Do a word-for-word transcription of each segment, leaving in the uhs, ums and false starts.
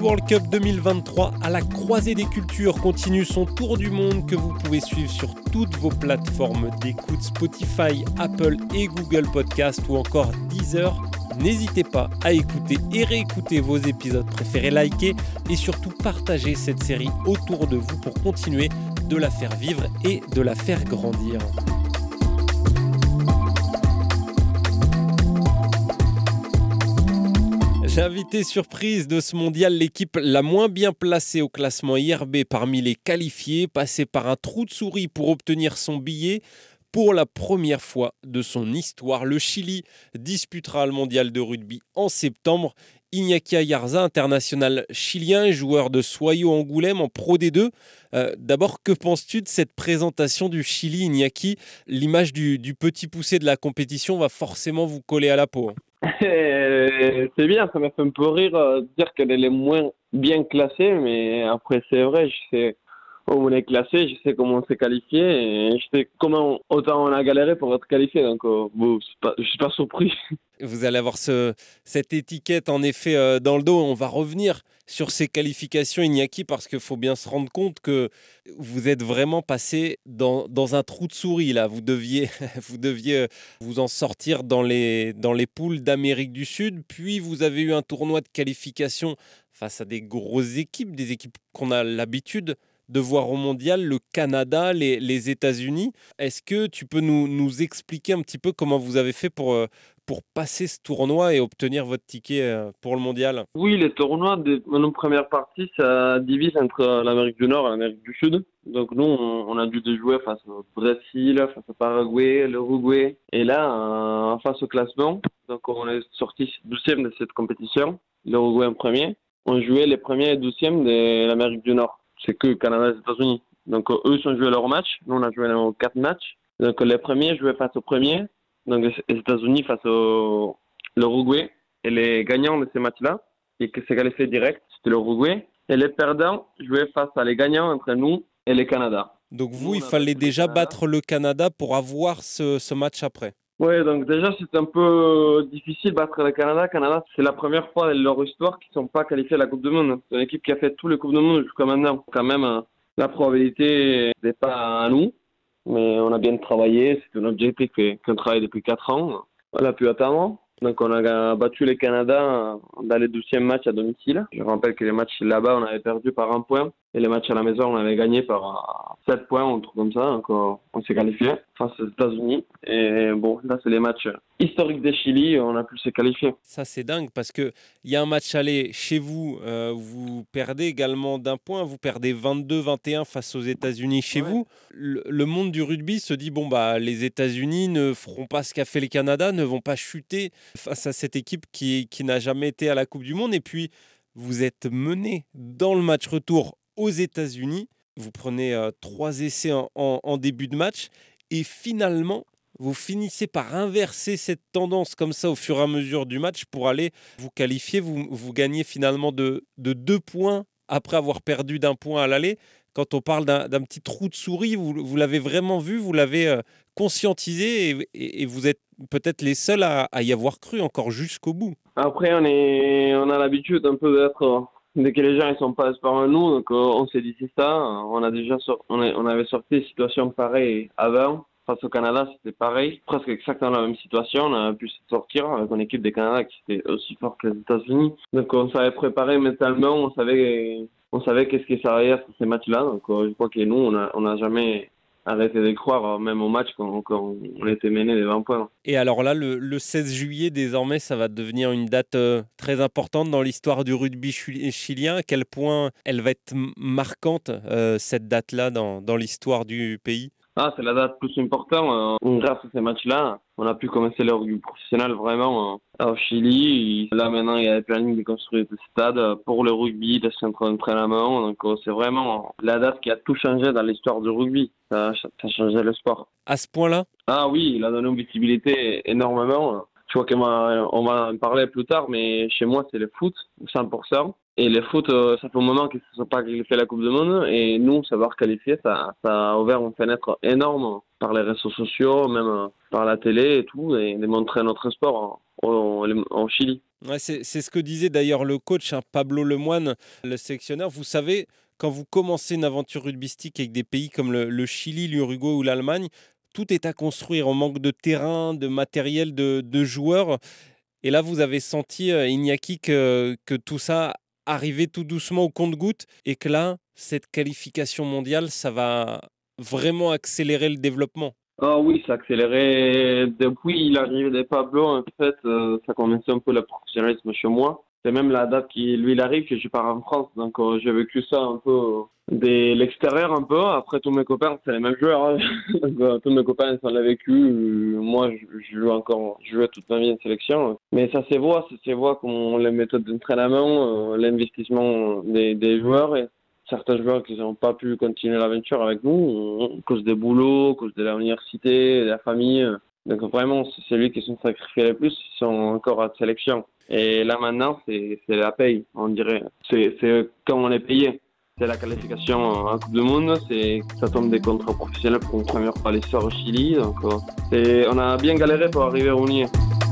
World Cup deux mille vingt-trois à la croisée des cultures continue son tour du monde que vous pouvez suivre sur toutes vos plateformes d'écoute Spotify, Apple et Google Podcast ou encore Deezer. N'hésitez pas à écouter et réécouter vos épisodes préférés, liker et surtout partager cette série autour de vous pour continuer de la faire vivre et de la faire grandir. L'invité surprise de ce mondial, l'équipe la moins bien placée au classement I R B parmi les qualifiés, passée par un trou de souris pour obtenir son billet. Pour la première fois de son histoire, le Chili disputera le mondial de rugby en septembre. Iñaki Ayarza, international chilien et joueur de Soyo Angoulême en Pro D deux. Euh, d'abord, que penses-tu de cette présentation du Chili, Iñaki ? L'image du, du petit poussé de la compétition va forcément vous coller à la peau. C'est bien, ça m'a fait un peu rire euh, de dire qu'elle est moins bien classée, mais après c'est vrai, je sais où on est classé, je sais comment on s'est qualifié et je sais comment autant on a galéré pour être qualifié, donc euh, bon, pas, je suis pas surpris. Vous allez avoir ce, cette étiquette en effet euh, dans le dos. On va revenir sur ces qualifications, Iñaki, parce qu'il faut bien se rendre compte que vous êtes vraiment passé dans, dans un trou de souris. Là. Vous deviez, vous deviez vous en sortir dans les, dans les poules d'Amérique du Sud. Puis vous avez eu un tournoi de qualification face à des grosses équipes, des équipes qu'on a l'habitude de voir au mondial, le Canada, les, les États-Unis. Est-ce que tu peux nous, nous expliquer un petit peu comment vous avez fait pour, pour passer ce tournoi et obtenir votre ticket pour le mondial ? Oui, les tournois, de nos premières parties, ça divise entre l'Amérique du Nord et l'Amérique du Sud. Donc nous, on, on a dû jouer face au Brésil, face au Paraguay, l'Uruguay. Et là, face au classement, donc on est sorti douzième de cette compétition, l'Uruguay en premier. On jouait les premiers et douzièmes de l'Amérique du Nord. C'est que Canada et les États-Unis. Donc eux, ils ont joué leur match. Nous, on a joué nos quatre matchs. Donc les premiers jouaient face aux premiers. Donc les États-Unis face au l'Uruguay. Et les gagnants de ces matchs-là, et qui s'est qualifié direct, c'était l'Uruguay. Et les perdants jouaient face à les gagnants entre nous et le Canada. Donc vous, nous, il fallait déjà battre le Canada pour avoir ce, ce match après. Oui, donc déjà, c'est un peu difficile de battre le Canada. Le Canada, c'est la première fois de leur histoire qu'ils ne sont pas qualifiés à la Coupe du Monde. C'est une équipe qui a fait tous les Coupes du Monde jusqu'à maintenant. Quand même, la probabilité n'est pas à nous, mais on a bien travaillé. C'est un objectif qu'on travaille depuis quatre ans. On a pu atteindre. Donc on a battu le Canada dans les douzièmes matchs à domicile. Je rappelle que les matchs là-bas, on avait perdu par un point. Et les matchs à la maison, on avait gagné par sept points, un truc comme ça. Donc on s'est qualifié face aux États-Unis. Et bon, là, c'est les matchs historiques des Chili. On a pu se qualifier. Ça, c'est dingue parce qu'il y a un match aller chez vous. Euh, vous perdez également d'un point. Vous perdez vingt-deux vingt et un face aux États-Unis chez ouais. vous. Le, le monde du rugby se dit, bon, bah, les États-Unis ne feront pas ce qu'a fait le Canada, ne vont pas chuter face à cette équipe qui, qui n'a jamais été à la Coupe du Monde. Et puis, vous êtes mené dans le match retour aux États-Unis. Vous prenez euh, trois essais en, en, en début de match et finalement, vous finissez par inverser cette tendance comme ça au fur et à mesure du match pour aller vous qualifier. Vous, vous gagnez finalement de, de deux points après avoir perdu d'un point à l'aller. Quand on parle d'un, d'un petit trou de souris, vous, vous l'avez vraiment vu, vous l'avez euh, conscientisé et, et, et vous êtes peut-être les seuls à, à y avoir cru encore jusqu'au bout. Après, on, est, on a l'habitude un peu d'être... Dès que les gens ne sont pas par nous, donc euh, on s'est dit c'est ça. On a déjà sor- on, est, on avait sorti des situations pareilles avant. Face au Canada, c'était pareil. Presque exactement la même situation. On a pu se sortir avec une équipe du Canada qui était aussi forte que les États-Unis. Donc on s'avait préparé mentalement. On savait, on savait qu'est-ce qui s'arrivait sur ces matchs-là. Donc euh, je crois que nous, on n'a on a jamais arrêté de croire, même au match, quand, quand on était mené des vingt points. Et alors là, le, le seize juillet, désormais, ça va devenir une date euh, très importante dans l'histoire du rugby chilien. À quel point elle va être marquante, euh, cette date-là, dans, dans l'histoire du pays ? Ah, c'est la date plus importante. Euh, grâce à ces matchs-là, on a pu commencer le rugby professionnel vraiment euh, au Chili. Là, maintenant, il y a le planning de construire des stades pour le rugby, des centres d'entraînement. Donc, euh, c'est vraiment la date qui a tout changé dans l'histoire du rugby. Ça, ça a changé le sport. À ce point-là ? Ah oui, il a donné une visibilité énormément. Je crois qu'on va, on va en parler plus tard, mais chez moi, c'est le foot, cent pour cent. Et le foot, euh, ça fait un moment qu'ils ne sont pas qualifiés à la Coupe du Monde. Et nous, savoir qualifier, ça, ça a ouvert une fenêtre énorme par les réseaux sociaux, même euh, par la télé et tout, et de montrer notre sport en, en, en Chili. Ouais, c'est c'est ce que disait d'ailleurs le coach, hein, Pablo Lemoine, le sélectionneur. Vous savez, quand vous commencez une aventure rugbystique avec des pays comme le, le Chili, l'Uruguay ou l'Allemagne, tout est à construire. On manque de terrain, de matériel, de, de joueurs. Et là, vous avez senti, euh, Iñaki, que, que tout ça arrivait tout doucement au compte-gouttes et que là, cette qualification mondiale, ça va vraiment accélérer le développement. Ah oui, ça a accéléré depuis l'arrivée de Pablo. En fait, euh, ça commençait un peu le professionnalisme chez moi. C'est même la date qui lui il arrive que je pars en France. Donc euh, j'ai vécu ça un peu euh, de l'extérieur un peu. Après tous mes copains, c'est les mêmes joueurs, hein. Donc, euh, tous mes copains ils ont vécu. Euh, moi, je, je joue encore, je jouais toute ma vie en sélection. Mais ça se voit, ça se voit comment les méthodes d'entraînement, euh, l'investissement des, des joueurs. Et certains joueurs qui n'ont pas pu continuer l'aventure avec nous à cause des boulots, à cause de l'université, de la famille. Donc vraiment, c'est celui qui sont sacrifiés le plus, ils sont encore à sélection. Et là maintenant, c'est c'est la paye, on dirait. C'est c'est quand on est payé. C'est la qualification en Coupe du Monde, c'est ça tombe des contrats professionnels pour une première fois l'histoire au Chili. Donc euh, c'est- on a bien galéré pour arriver où on y est.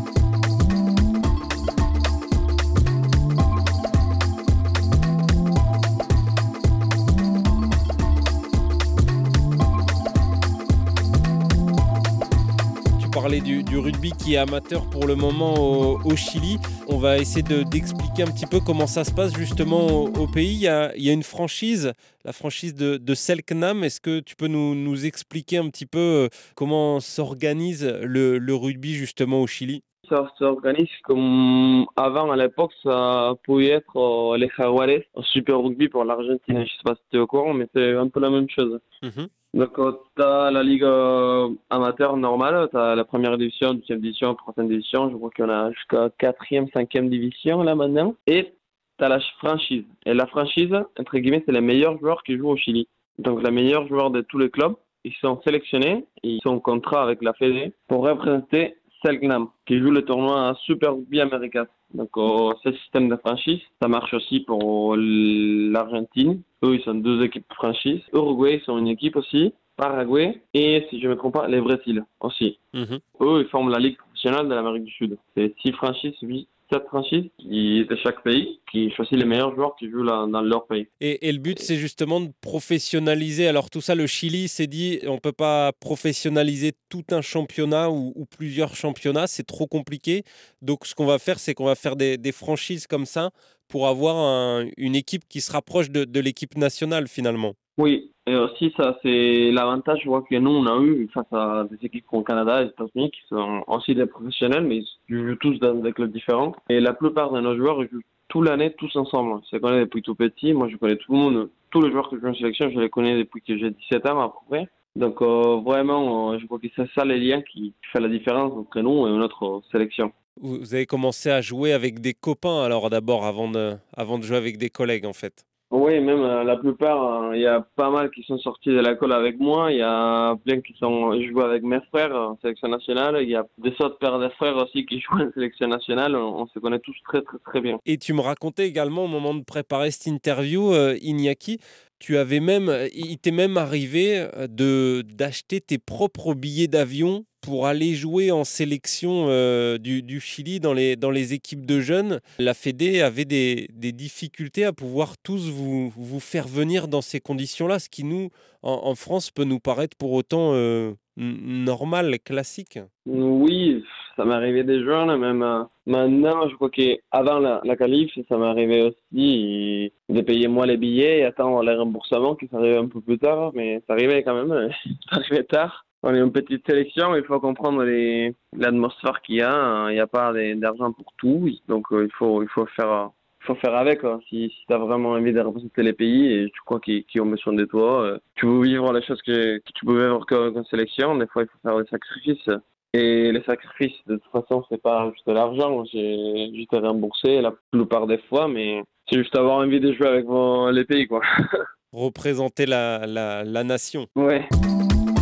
Tu parlais du, du rugby qui est amateur pour le moment au, au Chili. On va essayer de- d'expliquer un petit peu comment ça se passe justement au, au pays. Il y, a, il y a une franchise, la franchise de, de Selknam. Est-ce que tu peux nous, nous expliquer un petit peu euh, comment s'organise le, le rugby justement au Chili? Ça s'organise comme avant, à l'époque, ça pouvait être euh, les Jaguares au Super Rugby pour l'Argentine. Je sais pas si tu es au courant, mais c'est un peu la même chose. Mhm. Donc, tu as la ligue euh, amateur normale, tu as la première division, deuxième division, troisième division. Je crois qu'il y en a jusqu'à quatrième, cinquième division là maintenant. Et tu as la franchise. Et la franchise, entre guillemets, c'est les meilleurs joueurs qui jouent au Chili. Donc, les meilleurs joueurs de tous les clubs, ils sont sélectionnés, ils sont en contrat avec la Fédé pour représenter Selknam, qui joue le tournoi Super Rugby Americas. Donc, euh, ce système de franchise, ça marche aussi pour l'Argentine. Eux, ils sont deux équipes franchises. Uruguay, ils sont une équipe aussi. Paraguay et, si je ne me trompe pas, les Brésil aussi. Mhm. Eux, ils forment la Ligue professionnelle de l'Amérique du Sud. C'est six franchises, huit, sept franchises qui, de chaque pays qui choisissent les meilleurs joueurs qui jouent là, dans leur pays. Et, et le but, c'est justement de professionnaliser. Alors tout ça, le Chili s'est dit, on ne peut pas professionnaliser tout un championnat ou, ou plusieurs championnats, c'est trop compliqué. Donc ce qu'on va faire, c'est qu'on va faire des, des franchises comme ça pour avoir un- une équipe qui se rapproche de, de l'équipe nationale finalement. Oui, et aussi ça c'est l'avantage je vois que nous on a eu face à des équipes comme Canada et les États-Unis qui sont aussi des professionnels mais ils jouent tous dans des clubs différents et la plupart de nos joueurs ils jouent toute l'année tous ensemble. Je les connais depuis tout petit, moi je connais tout le monde, tous les joueurs que je joue en sélection je les connais depuis que j'ai dix-sept ans à peu près. Donc euh, vraiment euh, je crois que c'est ça les liens qui fait la différence entre nous et notre euh, sélection. Vous vous avez commencé à jouer avec des copains alors d'abord avant de, avant de jouer avec des collègues en fait. Oui, même euh, la plupart, euh, il y a pas mal qui sont sortis de l'école avec moi. Il y a plein qui sont joués avec mes frères en sélection nationale. Il y a des autres pères de frères aussi qui jouent en sélection nationale. On, on se connaît tous très, très, très bien. Et tu me racontais également au moment de préparer cette interview, euh, Iñaki, tu avais même, il t'est même arrivé euh, de d'acheter tes propres billets d'avion pour aller jouer en sélection euh, du, du Chili dans les, dans les équipes de jeunes. La Fédé avait des, des difficultés à pouvoir tous vous, vous faire venir dans ces conditions-là, ce qui nous, en, en France, peut nous paraître pour autant euh, n- normal, classique. Oui, ça m'est arrivé des jeunes, même euh, maintenant, je crois qu'avant la, la qualif, ça m'est arrivé aussi de payer moi les billets et attendre les remboursements qui s'arrivaient un peu plus tard, mais ça arrivait quand même, ça arrivait tard. On est une petite sélection, il faut comprendre les- l'atmosphère qu'il y a, hein. Il n'y a pas de- d'argent pour tout, donc euh, il faut, il faut faire, euh, il faut faire avec, hein. Si, si tu as vraiment envie de représenter les pays et tu crois qu'ils qu'ils ont besoin de toi, euh, tu veux vivre les choses que, que tu peux vivre qu'en qu'en sélection, des fois il faut faire des sacrifices. Et les sacrifices, de toute façon, c'est pas juste de l'argent. J'ai juste à rembourser la plupart des fois, mais c'est juste avoir envie de jouer avec vos- les pays, quoi. Représenter la, la, la nation. Ouais.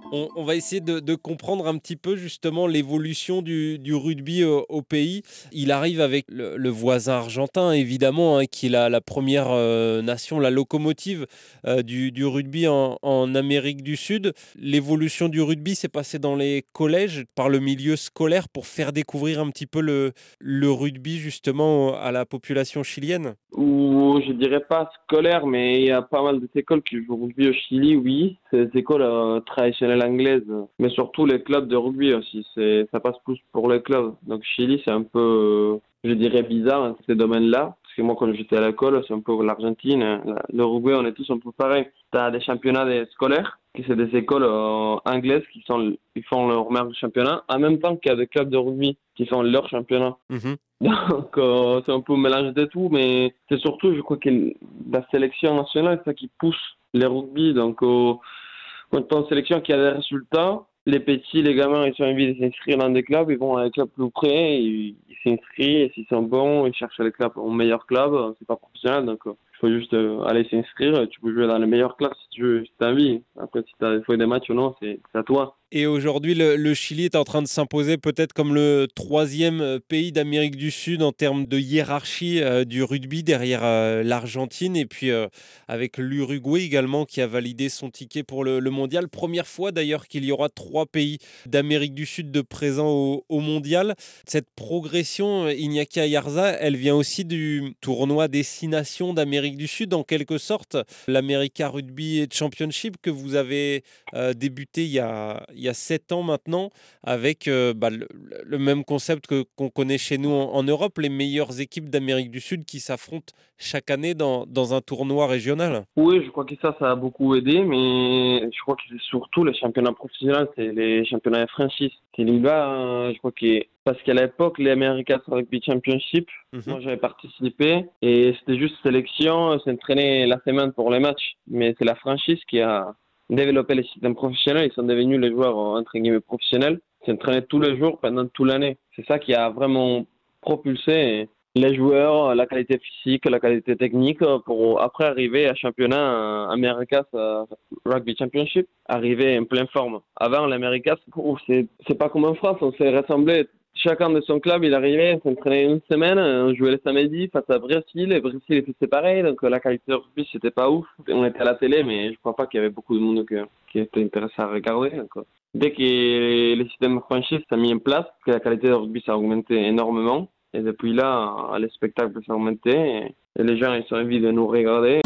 On, on va essayer de, de comprendre un petit peu justement l'évolution du, du rugby au, au pays. Il arrive avec le, le voisin argentin, évidemment, hein, qui est la, la première euh, nation, la locomotive euh, du, du rugby en, en Amérique du Sud. L'évolution du rugby s'est passée dans les collèges, par le milieu scolaire, pour faire découvrir un petit peu le, le rugby justement à la population chilienne. Ou je dirais pas scolaire, mais il y a pas mal d'écoles qui jouent au rugby au Chili, oui. C'est des écoles euh, traditionnelles anglaises, mais surtout les clubs de rugby aussi. C'est, ça passe plus pour les clubs. Donc Chili, c'est un peu, euh, je dirais, bizarre hein, ces domaines-là. Parce que moi, quand j'étais à l'école, c'est un peu l'Argentine, hein, le rugby, on est tous un peu pareil. Tu as des championnats des scolaires, qui c'est des écoles euh, anglaises qui sont, ils font leur meilleur championnat, en même temps qu'il y a des clubs de rugby qui font leur championnat. Mhm. Donc, euh, c'est un peu un mélange de tout, mais c'est surtout, je crois que la sélection nationale, c'est ça qui pousse les rugby. Donc, euh, quand tu as une sélection qui a des résultats, les petits, les gamins, ils sont invités de s'inscrire dans des clubs, ils vont à les clubs plus près, ils ils s'inscrivent, et s'ils sont bons, ils cherchent les clubs au meilleur club, c'est pas professionnel, donc euh, il faut juste euh, aller s'inscrire, tu peux jouer dans les meilleurs clubs si tu veux, si tu as envie. Après, si tu as fait des matchs ou non, c'est c'est à toi. Et aujourd'hui, le, le Chili est en train de s'imposer peut-être comme le troisième euh, pays d'Amérique du Sud en termes de hiérarchie euh, du rugby derrière euh, l'Argentine et puis euh, avec l'Uruguay également qui a validé son ticket pour le, le mondial. Première fois d'ailleurs qu'il y aura trois pays d'Amérique du Sud de présents au, au mondial. Cette progression, euh, Iñaki Ayarza, elle vient aussi du tournoi Destination d'Amérique du Sud en quelque sorte, l'America Rugby Championship que vous avez euh, débuté il y a il y a sept ans maintenant, avec euh, bah, le, le même concept que, qu'on connaît chez nous en, en Europe, les meilleures équipes d'Amérique du Sud qui s'affrontent chaque année dans, dans un tournoi régional. Oui, je crois que ça, ça a beaucoup aidé, mais je crois que c'est surtout les championnats professionnels, c'est les championnats franchises. C'est là, euh, je crois que, parce qu'à l'époque, les Americas Rugby Championship, Mhm. moi j'avais participé, et c'était juste sélection, s'entraîner la semaine pour les matchs. Mais c'est la franchise qui a développé les systèmes professionnels, ils sont devenus les joueurs, euh, entre guillemets, professionnels, s'entraînaient tous les jours pendant toute l'année. C'est ça qui a vraiment propulsé les joueurs, la qualité physique, la qualité technique pour après arriver à championnat Americas euh, Rugby Championship, arriver en pleine forme. Avant l'America's, oh, c'est c'est pas comme en France, on s'est rassemblés. Chacun de son club, il arrivait, on s'entraînait une semaine, on jouait le samedi face à Brésil, et Brésil était pareil, donc la qualité de rugby c'était pas ouf. On était à la télé, mais je crois pas qu'il y avait beaucoup de monde que- qui était intéressé à regarder. Donc, dès que les systèmes franchis s'est mis en place, que la qualité de rugby s'est augmentée énormément. Et depuis là, les spectacles sont augmentés et les gens ils sont envie de nous regarder.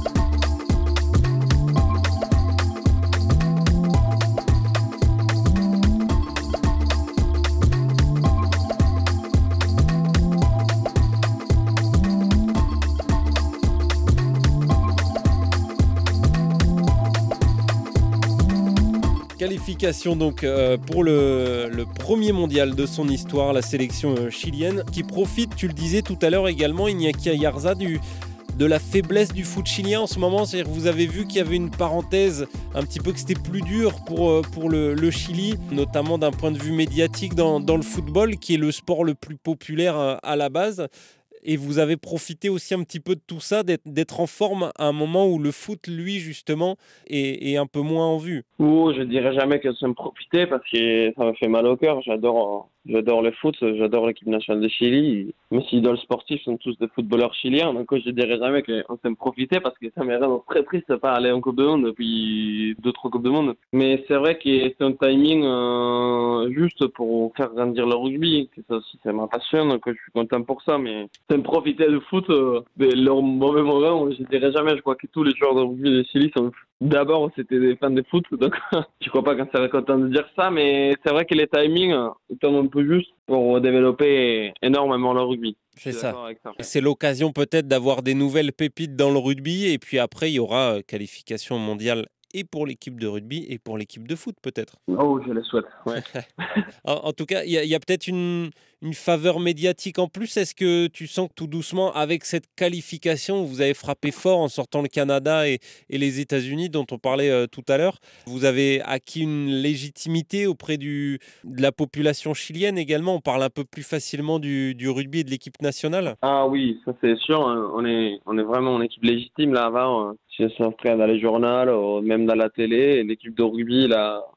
Qualification donc euh, pour le, le premier mondial de son histoire, la sélection euh, chilienne, qui profite, tu le disais tout à l'heure également, Iñaki Ayarza, du, de la faiblesse du foot chilien en ce moment. C'est-à-dire que vous avez vu qu'il y avait une parenthèse, un petit peu que c'était plus dur pour, euh, pour le, le Chili, notamment d'un point de vue médiatique dans, dans le football, qui est le sport le plus populaire euh, à la base. Et vous avez profité aussi un petit peu de tout ça, d'être, d'être en forme à un moment où le foot, lui, justement, est, est un peu moins en vue. Ou je dirais jamais que ça me profitait parce que ça me fait mal au cœur. J'adore, j'adore le foot, j'adore l'équipe nationale de Chili. Mes idoles sportifs sont tous des footballeurs chiliens. Donc je dirais jamais qu'on s'en profitait parce que ça me rend très triste de pas aller en Coupe du Monde depuis deux, trois Coupes du Monde. Mais c'est vrai que c'est un timing euh, juste pour faire grandir le rugby. Que ça aussi, ça m'appassionne. Donc je suis content pour ça. Mais s'en profiter du foot, euh, de leur mauvais moment, je dirais jamais. Je crois que tous les joueurs de rugby de Chili sont d'abord, c'était des fans de foot, donc je crois pas qu'on serait content de dire ça, mais c'est vrai que les timings euh, tombent un peu juste pour développer énormément le rugby. Je C'est suis ça. d'accord avec ça. C'est l'occasion peut-être d'avoir des nouvelles pépites dans le rugby. Et puis après, il y aura euh, qualification mondiale et pour l'équipe de rugby et pour l'équipe de foot peut-être. Oh, je le souhaite, ouais. En, en tout cas, il y a, il y a peut-être une, une faveur médiatique en plus. Est-ce que tu sens que tout doucement, avec cette qualification, vous avez frappé fort en sortant le Canada et, et les États-Unis dont on parlait euh, tout à l'heure? Vous avez acquis une légitimité auprès du, de la population chilienne également. On parle un peu plus facilement du, du rugby et de l'équipe nationale. Ah oui, ça c'est sûr, hein. on est, on est vraiment une équipe légitime là avant. euh, Si on s'inscrit dans les journaux ou même dans la télé, l'équipe de rugby là,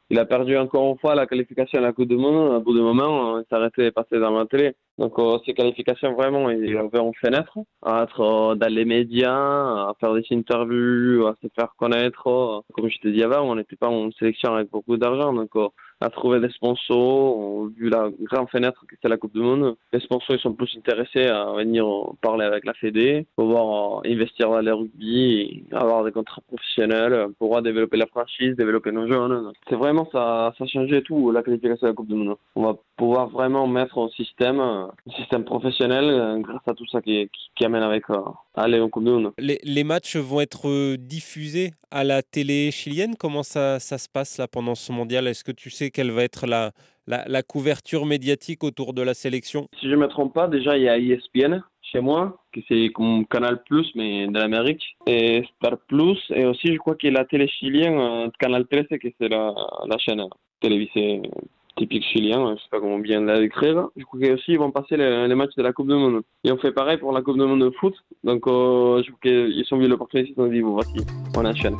il a perdu encore une fois la qualification à la Coupe du Monde. À bout de moment, il s'arrêtait de passer dans la télé. Donc, euh, ces qualifications, vraiment, il avait une fenêtre à être euh, dans les médias, à faire des interviews, à se faire connaître. Euh, Comme je te dis avant, on n'était pas en sélection avec beaucoup d'argent. Donc, euh, à trouver des sponsors, euh, vu la grande fenêtre que c'est la Coupe du Monde, les sponsors ils sont plus intéressés à venir euh, parler avec la Fédé, pouvoir euh, investir dans le rugby, et avoir des contrats professionnels, euh, pouvoir développer la franchise, développer nos jeunes. C'est vraiment ça, ça a changé tout, la qualification de la Coupe du Monde. On va pouvoir vraiment mettre un système, un système professionnel euh, grâce à tout ça qui, qui, qui amène avec euh, aller en Coupe du Monde. Les, les matchs vont être euh, diffusés à la télé chilienne. Comment ça, ça se passe là pendant ce mondial? Est-ce que tu sais quelle va être la, la, la couverture médiatique autour de la sélection? Si je ne me trompe pas, déjà il y a E S P N chez moi, que c'est comme Canal Plus, mais de l'Amérique, et Star Plus, et aussi je crois qu'il y a la télé chilienne, euh, Canal treize, que c'est la, la chaîne télévisée typique chilien, je ne sais pas comment bien la décrire. Je crois qu'aussi ils vont passer les, les matchs de la Coupe du Monde. Et on fait pareil pour la Coupe du Monde de foot, donc euh, je crois qu'ils ont vu l'opportunité, ils ont dit, bon, voici, on enchaîne.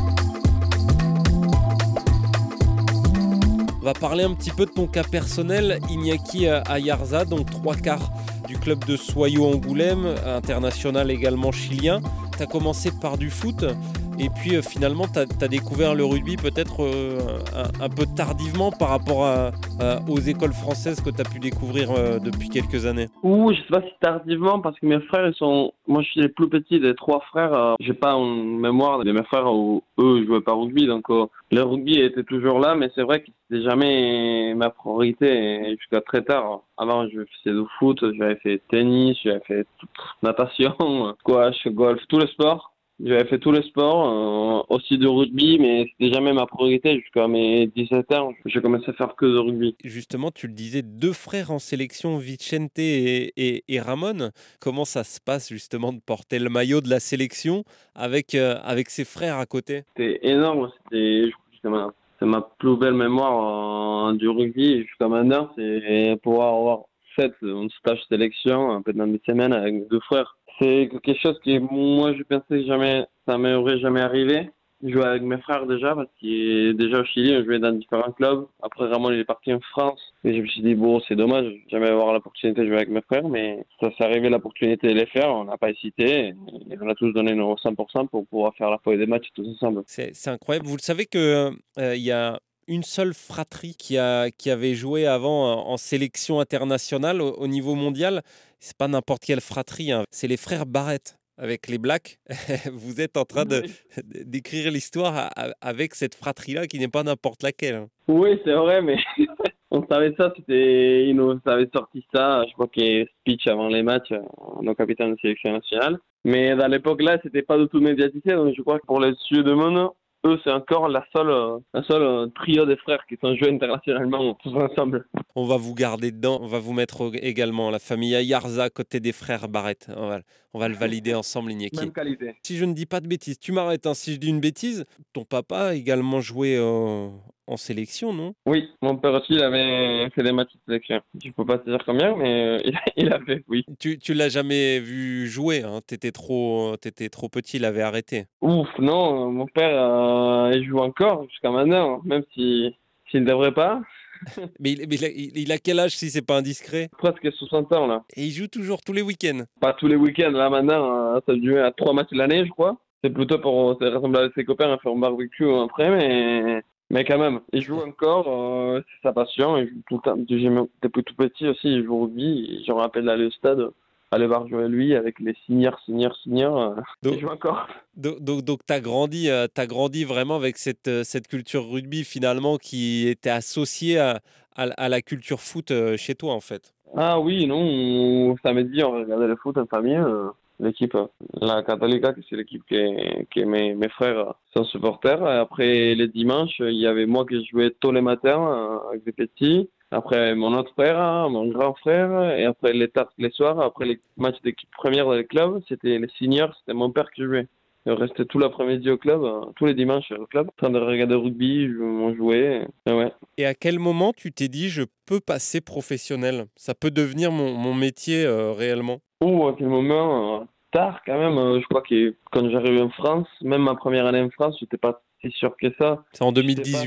On va parler un petit peu de ton cas personnel, Iñaki Ayarza, donc trois quarts du club de Soyo Angoulême, international également chilien. Tu as commencé par du foot et puis euh, finalement tu as découvert le rugby peut-être euh, un, un peu tardivement par rapport à, à, aux écoles françaises que tu as pu découvrir euh, depuis quelques années. Ouh, je sais pas si tardivement parce que mes frères ils sont, moi je suis le plus petit des trois frères, euh, j'ai pas une mémoire de mes frères où eux jouaient pas au rugby, donc euh, le rugby était toujours là, mais c'est vrai que c'était jamais ma priorité jusqu'à très tard. Avant je faisais du foot, j'avais fait tennis, j'avais fait natation, squash, golf, tous les sports. J'avais fait tous les sports, euh, aussi de rugby, mais c'était jamais ma priorité jusqu'à mes dix-sept ans. J'ai commencé à faire que de rugby. Justement, tu le disais, deux frères en sélection, Vicente et, et, et Ramon. Comment ça se passe justement de porter le maillot de la sélection avec, euh, avec ses frères à côté? C'était énorme, c'était, je crois que c'est ma, c'est ma plus belle mémoire euh, du rugby jusqu'à maintenant, c'est pouvoir avoir fait un stage sélection un peu dans des semaines avec deux frères. C'est quelque chose que moi je pensais jamais, ça m'aurait jamais arrivé. Je jouais avec mes frères déjà parce que déjà au Chili on jouait dans différents clubs. Après Ramon il est parti en France et je me suis dit bon c'est dommage, jamais avoir l'opportunité de jouer avec mes frères, mais ça s'est arrivé l'opportunité de les faire, on n'a pas hésité et on a tous donné nos cent pour cent pour pouvoir faire la feuille des matchs tous ensemble. C'est c'est incroyable. Vous le savez que euh, il y a une seule fratrie qui, a, qui avait joué avant en, en sélection internationale au, au niveau mondial. C'est pas n'importe quelle fratrie, hein. C'est les frères Barrett avec les Blacks. Vous êtes en train de, Oui, d'écrire l'histoire a- a- avec cette fratrie-là qui n'est pas n'importe laquelle, hein. oui c'est vrai, mais on savait ça, c'était, ils nous avaient sorti ça, je crois qu'il y a speech avant les matchs, euh, nos capitaines de sélection nationale. Mais dans l'époque là, c'était pas du tout médiatisé, donc je crois que pour les yeux de monde, eux, c'est encore la seule, euh, la seule euh, trio des frères qui sont joués internationalement tous ensemble. On va vous garder dedans. On va vous mettre au- également la famille Ayarza côté des frères Barrett. On va, on va le valider ensemble, Iñaki. Même qualité. Si je ne dis pas de bêtises, tu m'arrêtes, hein, si je dis une bêtise, ton papa a également joué euh, en sélection, non? Oui, mon père aussi, il avait fait des matchs de sélection. Je peux pas te dire combien, mais euh, il, a, il a fait, oui. Tu, tu l'as jamais vu jouer, hein, t'étais trop, t'étais trop petit, il avait arrêté. Ouf, non, euh, mon père, euh, il joue encore jusqu'à maintenant, même si s'il ne devrait pas. Mais, il, mais il a, il- il a quel âge si c'est pas indiscret? Presque soixante ans, là. Et il joue toujours tous les week-ends. Pas tous les week-ends, là, maintenant, euh, ça joue à trois matchs l'année, je crois. C'est plutôt pour se rassembler avec ses copains et faire un barbecue après, mais, mais quand même, il joue encore, euh, c'est sa passion, il joue tout le temps. Depuis depuis tout petit aussi, il joue au rugby, je me rappelle d'aller au stade, aller voir jouer lui avec les seniors, seniors, seniors, euh, Donc, il joue encore. donc, donc, donc t'as grandi, euh, t'as grandi vraiment avec cette, euh, cette culture rugby finalement qui était associée à, à, à la culture foot euh, chez toi en fait. Ah oui, non, on- samedi, on regardait le foot en famille, euh, l'équipe, euh, la Católica, que c'est l'équipe que, que mes, mes frères euh, sont supporters. Et après, les dimanches, il y avait moi qui jouais tous les matins euh, avec des petits. Après, mon autre frère, hein, mon grand frère. Et après, les tartes, les soirs, après les matchs d'équipe première dans les clubs, c'était les seniors, c'était mon père qui jouait. On restait tout l'après-midi au club, euh, tous les dimanches au club, en train de regarder le rugby, on jouait. Et ouais. Et à quel moment tu t'es dit je peux passer professionnel? Ça peut devenir mon, mon métier euh, réellement? Ou à quel moment, euh, tard quand même, euh, je crois que quand j'arrive en France, même ma première année en France, j'étais pas si sûr que ça. C'est en Je sais pas si- deux mille dix-huit.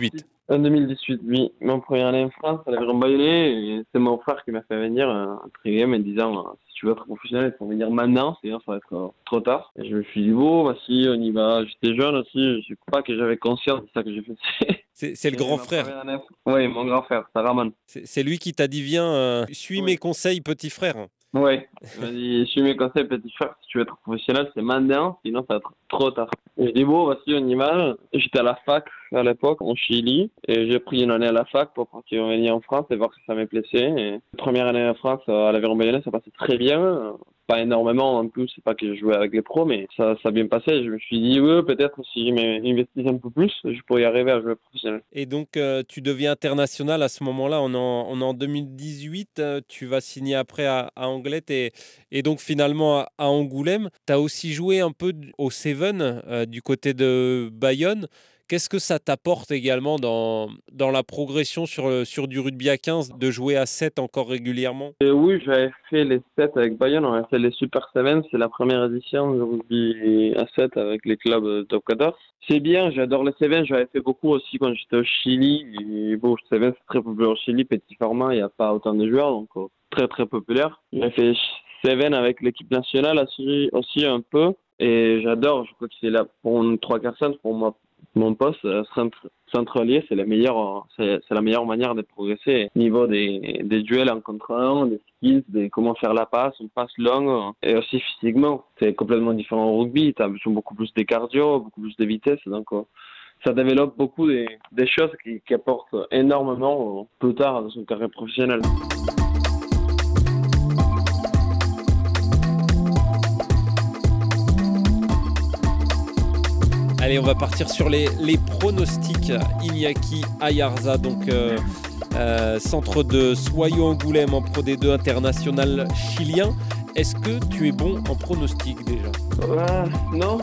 En deux mille dix-huit, oui. Mon première année en France, à l'Aviron Bayonnais, et c'est mon frère qui m'a fait venir euh, en trième en disant euh, si tu veux être professionnel, il faut venir maintenant, sinon ça va être euh, trop tard. Et je me suis dit, bon, bah si, on y va. J'étais jeune aussi, je crois pas que j'avais conscience de ça que j'ai fait. C'est c'est le Et grand ma frère. première année. Oui, mon grand frère, Saraman. C'est c'est lui qui t'a dit viens, euh, suis mes Oui. conseils, petit frère. Ouais, il m'a dit, suis mes conseils, petit frère, si tu veux être professionnel, c'est maintenant, sinon ça va être trop tard. Et je dis, bon, voici, on y va. J'étais à la fac à l'époque, en Chili, et j'ai pris une année à la fac pour partir venir en France et voir si ça me plaisait. Et première année en France, à l'Aviron Bayonnais, ça passait très bien. Pas énormément en plus, c'est pas que je jouais avec les pros, mais ça, ça a bien passé. Je me suis dit, ouais, peut-être si je m'investissais un peu plus, je pourrais y arriver à jouer professionnel. Et donc, euh, tu deviens international à ce moment-là. On est en, on est en deux mille dix-huit. euh, tu vas signer après à, à Anglet et, et donc finalement à, à Angoulême. Tu as aussi joué un peu d- au Seven euh, du côté de Bayonne. Qu'est-ce que ça t'apporte également dans, dans la progression sur, le- sur du rugby à quinze, de jouer à sept encore régulièrement? Et oui, j'avais fait les sept avec Bayonne, on a fait les Super sept, c'est la première édition de rugby à sept avec les clubs euh, top quatorze. C'est bien, j'adore les sept, j'avais fait beaucoup aussi quand j'étais au Chili. Et bon, sept c'est très populaire au Chili, petit format, il n'y a pas autant de joueurs, donc euh, très très populaire. J'ai fait sept avec l'équipe nationale aussi, aussi un peu, et j'adore, je crois que c'est là pour trois quarts cinq pour moi. Mon poste, euh, centre, centralier, c'est la meilleure, c'est, c'est la meilleure manière de progresser au niveau des, des duels en contre un, des skills, des comment faire la passe, une passe longue, euh, et aussi physiquement. C'est complètement différent au rugby. Tu as besoin beaucoup plus de cardio, beaucoup plus de vitesse, donc euh, ça développe beaucoup des, des choses qui, qui apportent énormément euh, plus tard dans son carrière professionnelle. Allez, on va partir sur les, les pronostics. Iñaki Ayarza, donc euh, euh, centre de Soyo Angoulême en Pro D deux international chilien. Est-ce que tu es bon en pronostic déjà? Euh, non.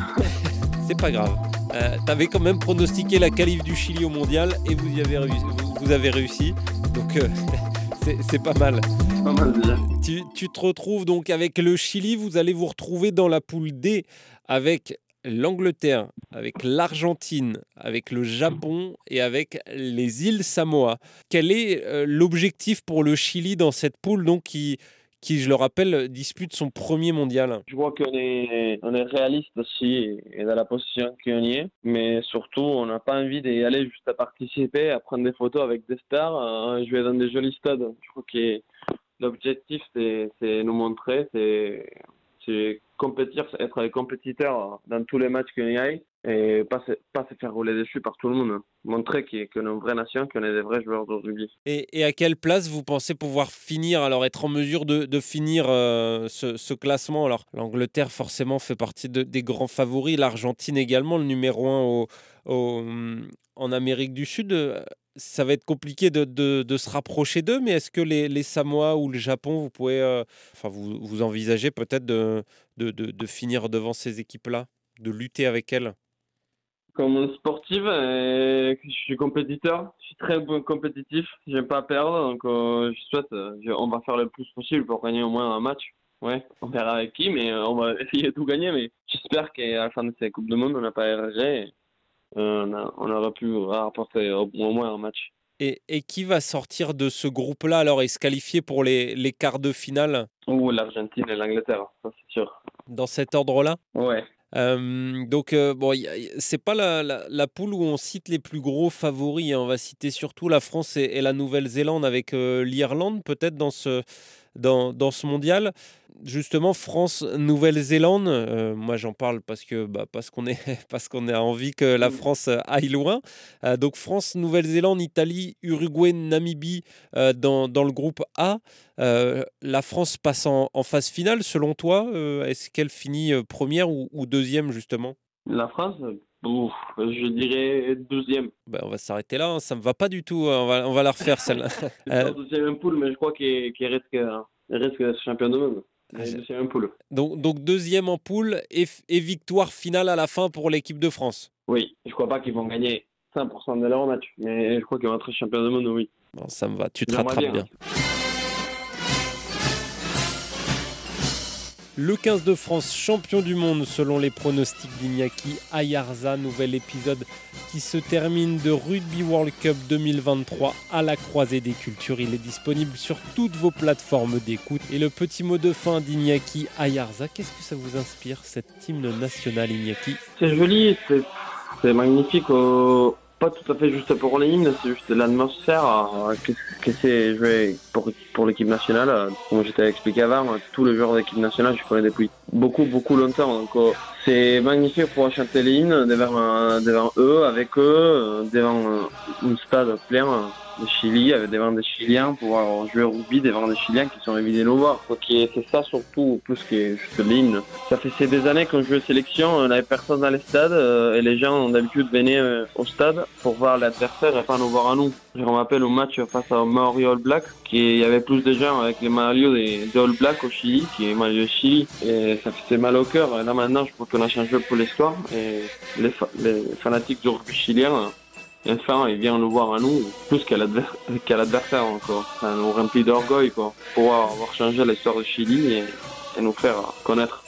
C'est pas grave. Euh, tu avais quand même pronostiqué la qualif du Chili au mondial et vous y avez réussi. Vous, vous avez réussi. Donc euh, c'est, c'est pas mal. Pas mal déjà. Tu, tu te retrouves donc avec le Chili. Vous allez vous retrouver dans la poule D avec l'Angleterre, avec l'Argentine, avec le Japon et avec les îles Samoa. Quel est euh, l'objectif pour le Chili dans cette poule donc, qui, qui, je le rappelle, dispute son premier mondial? Je crois qu'on est, on est réaliste aussi et dans la position qu'on y est, mais surtout on n'a pas envie d'y aller juste à participer, à prendre des photos avec des stars, à jouer dans des jolis stades. Je crois que l'objectif c'est, c'est nous montrer, c'est, c'est compétir, être les compétiteurs dans tous les matchs qu'on y aille et pas se, pas se faire rouler dessus par tout le monde. Montrer qu'on est une vraie nation, qu'on est des vrais joueurs de rugby. Et, et à quelle place vous pensez pouvoir finir, alors être en mesure de, de finir euh, ce, ce classement? Alors l'Angleterre forcément fait partie de, des grands favoris, l'Argentine également, le numéro un au, au, en Amérique du Sud. Ça va être compliqué de, de, de se rapprocher d'eux, mais est-ce que les, les Samoa ou le Japon, vous pouvez, euh, enfin vous, vous envisagez peut-être de, de, de, de finir devant ces équipes-là, de lutter avec elles? Comme sportive, euh, je suis compétiteur, je suis très bon compétitif, j'aime pas perdre, donc euh, je souhaite, euh, je- on va faire le plus possible pour gagner au moins un match. Ouais, on verra avec qui, mais euh, on va essayer de tout gagner. Mais j'espère qu'à la fin de cette Coupe du Monde, on n'a pas erré, et, euh, on, a, on aura pu rapporter au, au moins un match. Et, et qui va sortir de ce groupe-là alors et se qualifier pour les, les quarts de finale Ou l'Argentine et l'Angleterre, ça c'est sûr. dans cet ordre-là? Ouais. Euh, donc, euh, bon, y a- y- c'est pas la, la, la poule où on cite les plus gros favoris, hein. On va citer surtout la France et, et la Nouvelle-Zélande avec euh, l'Irlande, peut-être dans ce, dans, dans ce mondial. Justement, France, Nouvelle-Zélande, euh, moi j'en parle parce que bah, parce qu'on est parce qu'on a envie que la Mm. France euh, aille loin. Euh, donc France, Nouvelle-Zélande, Italie, Uruguay, Namibie euh, dans, dans le groupe A. Euh, la France passe en, en phase finale, selon toi. Euh, est-ce qu'elle finit euh, première ou, ou deuxième, justement? La France, ouf, je dirais douzième. Ben, on va s'arrêter là, hein. Ça me va pas du tout, hein. On va, on va la refaire, celle-là. C'est Euh, pas douzième poule, mais je crois qu'il qu'il risque, il risque d'être champion du monde. ah, Mais j'ai- deuxième poule. donc, donc deuxième en poule et, f- et victoire finale à la fin pour l'équipe de France. Oui, je crois pas qu'ils vont gagner cent pour cent de leur match, mais je crois qu'ils vont être champions du monde, oui. Bon, ça me va, tu te J'aimerais rattrapes bien. bien. Le quinze de France, champion du monde selon les pronostics d'Iñaki Ayarza. Nouvel épisode qui se termine de Rugby World Cup deux mille vingt-trois à la croisée des cultures. Il est disponible sur toutes vos plateformes d'écoute. Et le petit mot de fin d'Iñaki Ayarza, qu'est-ce que ça vous inspire, cet hymne national, Iñaki? C'est joli, c'est, c'est magnifique. Euh, pas tout à fait juste pour l'hymne, c'est juste l'atmosphère. Euh, que, que c'est joué pour, pour l'équipe nationale. Euh, comme je t'avais expliqué avant, euh, tous les joueurs de l'équipe nationale, je connais depuis beaucoup, beaucoup longtemps. Donc, euh, c'est magnifique pour chanter l'hymne devant, euh, devant eux, avec eux, euh, devant euh, un stade plein. Euh, de Chili, avec devant des Chiliens, pouvoir jouer au rugby devant des Chiliens qui sont évidemment nous voir. Donc c'est ça surtout, plus que juste l'hymne. Ça fait ces des années qu'on joue aux sélections, on n'avait personne dans les stades euh, et les gens d'habitude venaient euh, au stade pour voir l'adversaire et pas nous voir à nous. Je me rappelle au match face à Maori All Black, qu'il y avait plus de gens avec les maillots des, des All Black au Chili, qui est maillot du Chili, et ça faisait mal au cœur. Et là maintenant, je crois qu'on a changé pour l'histoire et les, fa- les fanatiques du rugby chilien, enfin, il vient nous voir à nous, plus qu'à, l'adver- qu'à l'adversaire encore. Ça nous remplit d'orgueil, quoi. Pouvoir avoir changé l'histoire de Chili et, et nous faire connaître.